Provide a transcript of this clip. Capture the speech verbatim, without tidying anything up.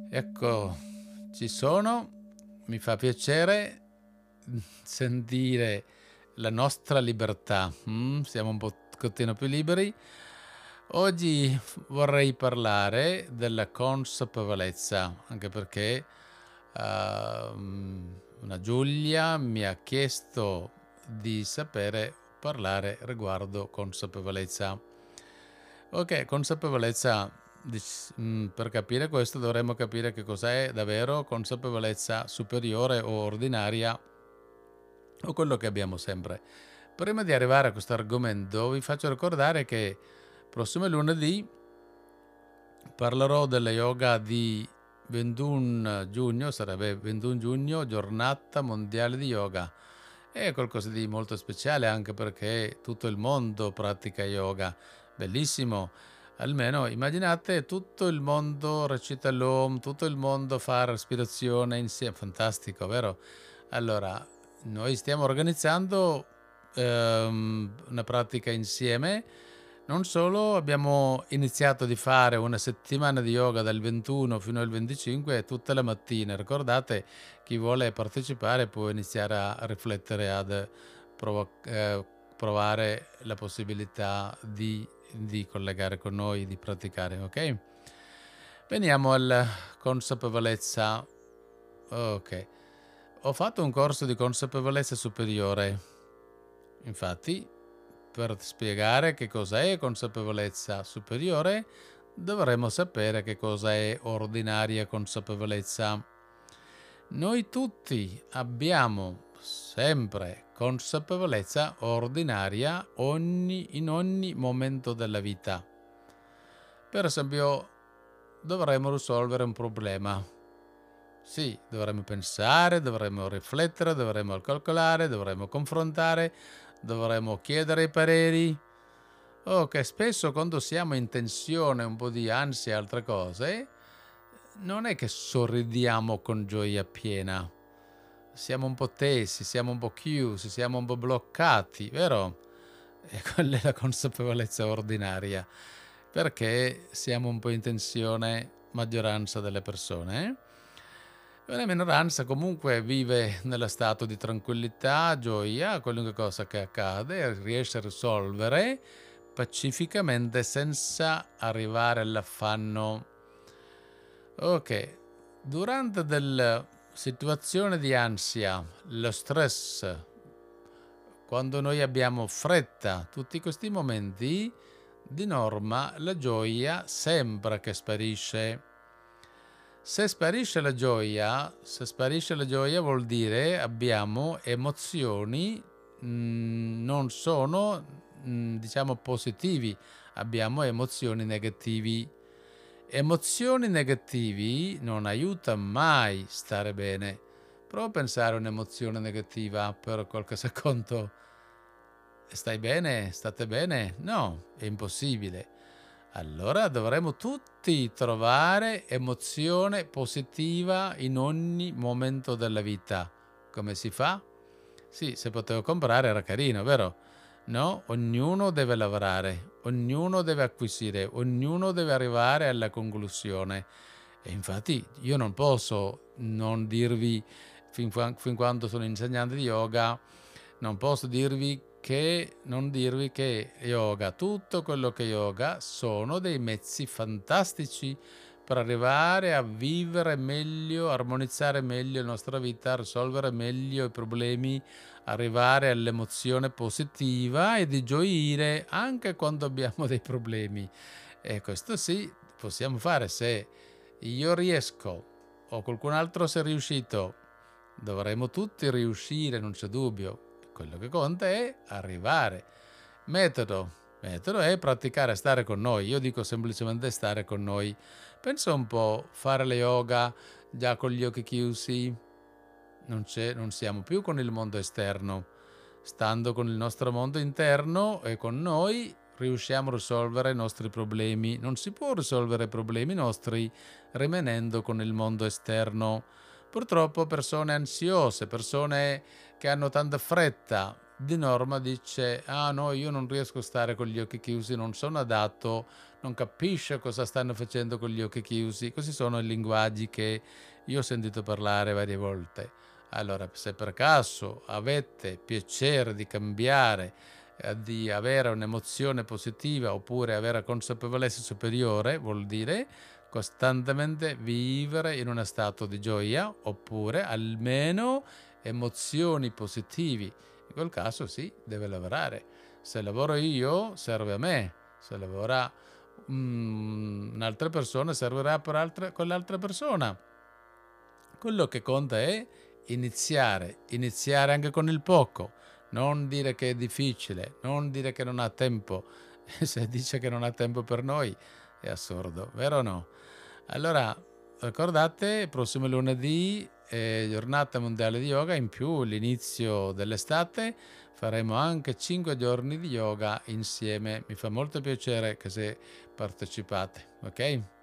Ecco, ci sono. Mi fa piacere sentire la nostra libertà. mm? Siamo un pochettino più liberi. Oggi vorrei parlare della consapevolezza, anche perché ehm, una Giulia mi ha chiesto di sapere parlare riguardo consapevolezza. Ok, consapevolezza, dic- mm, per capire questo dovremmo capire che cos'è davvero consapevolezza superiore o ordinaria o quello che abbiamo sempre. Prima di arrivare a questo argomento vi faccio ricordare che prossimo lunedì parlerò della yoga di ventuno giugno, sarebbe ventuno giugno, giornata mondiale di yoga. È qualcosa di molto speciale anche perché tutto il mondo pratica yoga. Bellissimo. Almeno immaginate tutto il mondo recita l'Om, tutto il mondo fa respirazione insieme. Fantastico, vero? Allora, noi stiamo organizzando ehm, una pratica insieme. Non solo, abbiamo iniziato di fare una settimana di yoga dal ventuno fino al venticinque tutta la mattina. Ricordate, chi vuole partecipare può iniziare a riflettere ad provo- eh, provare la possibilità di, di collegare con noi, di praticare, ok? Veniamo alla consapevolezza. Ok. Ho fatto un corso di consapevolezza superiore. Infatti, per spiegare che cosa è consapevolezza superiore, dovremmo sapere che cosa è ordinaria consapevolezza. Noi tutti abbiamo sempre consapevolezza ordinaria ogni, in ogni momento della vita. Per esempio, dovremmo risolvere un problema. Sì, dovremmo pensare, dovremmo riflettere, dovremmo calcolare, dovremmo confrontare, dovremmo chiedere i pareri. Oh, che spesso quando siamo in tensione, un po' di ansia e altre cose, non è che sorridiamo con gioia piena. Siamo un po' tesi, siamo un po' chiusi, siamo un po' bloccati, vero? E quella è la consapevolezza ordinaria, perché siamo un po' in tensione, maggioranza delle persone. Eh? La minoranza comunque vive nello stato di tranquillità, gioia, qualunque cosa che accade, riesce a risolvere pacificamente senza arrivare all'affanno. Ok, durante delle situazioni di ansia, lo stress, quando noi abbiamo fretta, tutti questi momenti, di norma la gioia sembra che sparisce. Se sparisce la gioia, se sparisce la gioia vuol dire abbiamo emozioni mh, non sono mh, diciamo positivi, abbiamo emozioni negativi. Emozioni negativi non aiuta mai stare bene. Prova a pensare a un'emozione negativa per qualche secondo. Stai bene? State bene? No, è impossibile. Allora dovremo tutti trovare emozione positiva in ogni momento della vita. Come si fa? Sì, se potevo comprare era carino, vero? No, ognuno deve lavorare, ognuno deve acquisire, ognuno deve arrivare alla conclusione. E infatti io non posso non dirvi, fin, fin quando sono insegnante di yoga, non posso dirvi che non dirvi che yoga, tutto quello che yoga sono dei mezzi fantastici per arrivare a vivere meglio, armonizzare meglio la nostra vita, risolvere meglio i problemi, arrivare all'emozione positiva e di gioire anche quando abbiamo dei problemi. E questo sì, possiamo fare se io riesco o qualcun altro si è riuscito. Dovremo tutti riuscire, non c'è dubbio. Quello che conta è arrivare. Metodo. Metodo è praticare, stare con noi. Io dico semplicemente stare con noi. Pensa un po', fare le yoga già con gli occhi chiusi. Non, c'è, non siamo più con il mondo esterno. Stando con il nostro mondo interno e con noi riusciamo a risolvere i nostri problemi. Non si può risolvere i problemi nostri rimanendo con il mondo esterno. Purtroppo persone ansiose, persone che hanno tanta fretta, di norma dice ah no, io non riesco a stare con gli occhi chiusi, non sono adatto, non capisce cosa stanno facendo con gli occhi chiusi. Questi sono i linguaggi che io ho sentito parlare varie volte. Allora, se per caso avete piacere di cambiare, eh, di avere un'emozione positiva oppure avere consapevolezza superiore, vuol dire costantemente vivere in uno stato di gioia oppure almeno emozioni positive. In quel caso sì, deve lavorare. Se lavoro io, serve a me. Se lavora mm, un'altra persona, servirà per altre, con l'altra persona. Quello che conta è iniziare, iniziare anche con il poco. Non dire che è difficile, non dire che non ha tempo. Se dice che non ha tempo per noi è assurdo, vero o no? Allora, ricordate, prossimo lunedì, eh, giornata mondiale di yoga, in più l'inizio dell'estate, faremo anche cinque giorni di yoga insieme. Mi fa molto piacere che se partecipate, ok?